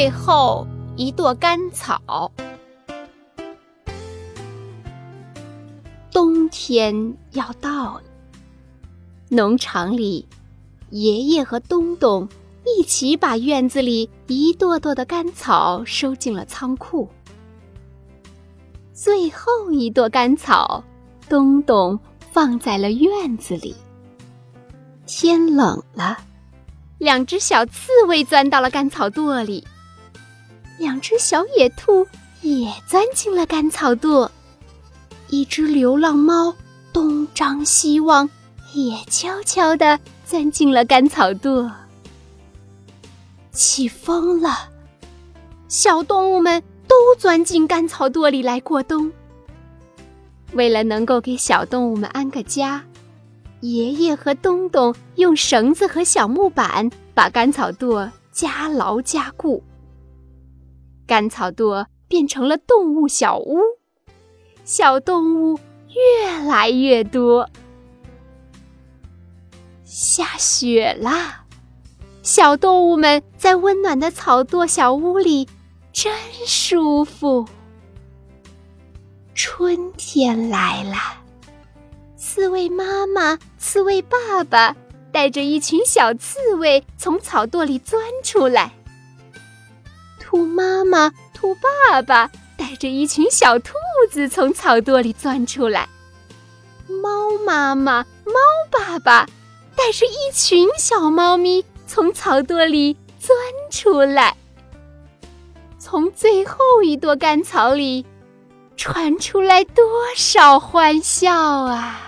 最后一朵干草。冬天要到了，农场里，爷爷和东东一起把院子里一垛垛的干草收进了仓库。最后一垛干草，东东放在了院子里。天冷了，两只小刺猬钻到了干草垛里，两只小野兔也钻进了干草垛，一只流浪猫东张西望，也悄悄地钻进了干草垛。起风了，小动物们都钻进干草垛里来过冬。为了能够给小动物们安个家，爷爷和东东用绳子和小木板把干草垛加牢加固。干草垛变成了动物小屋，小动物越来越多。下雪啦，小动物们在温暖的草垛小屋里真舒服。春天来了，刺猬妈妈、刺猬爸爸带着一群小刺猬从草垛里钻出来。兔妈妈、兔爸爸带着一群小兔子从草垛里钻出来。猫妈妈、猫爸爸带着一群小猫咪从草垛里钻出来。从最后一垛干草里传出来多少欢笑啊！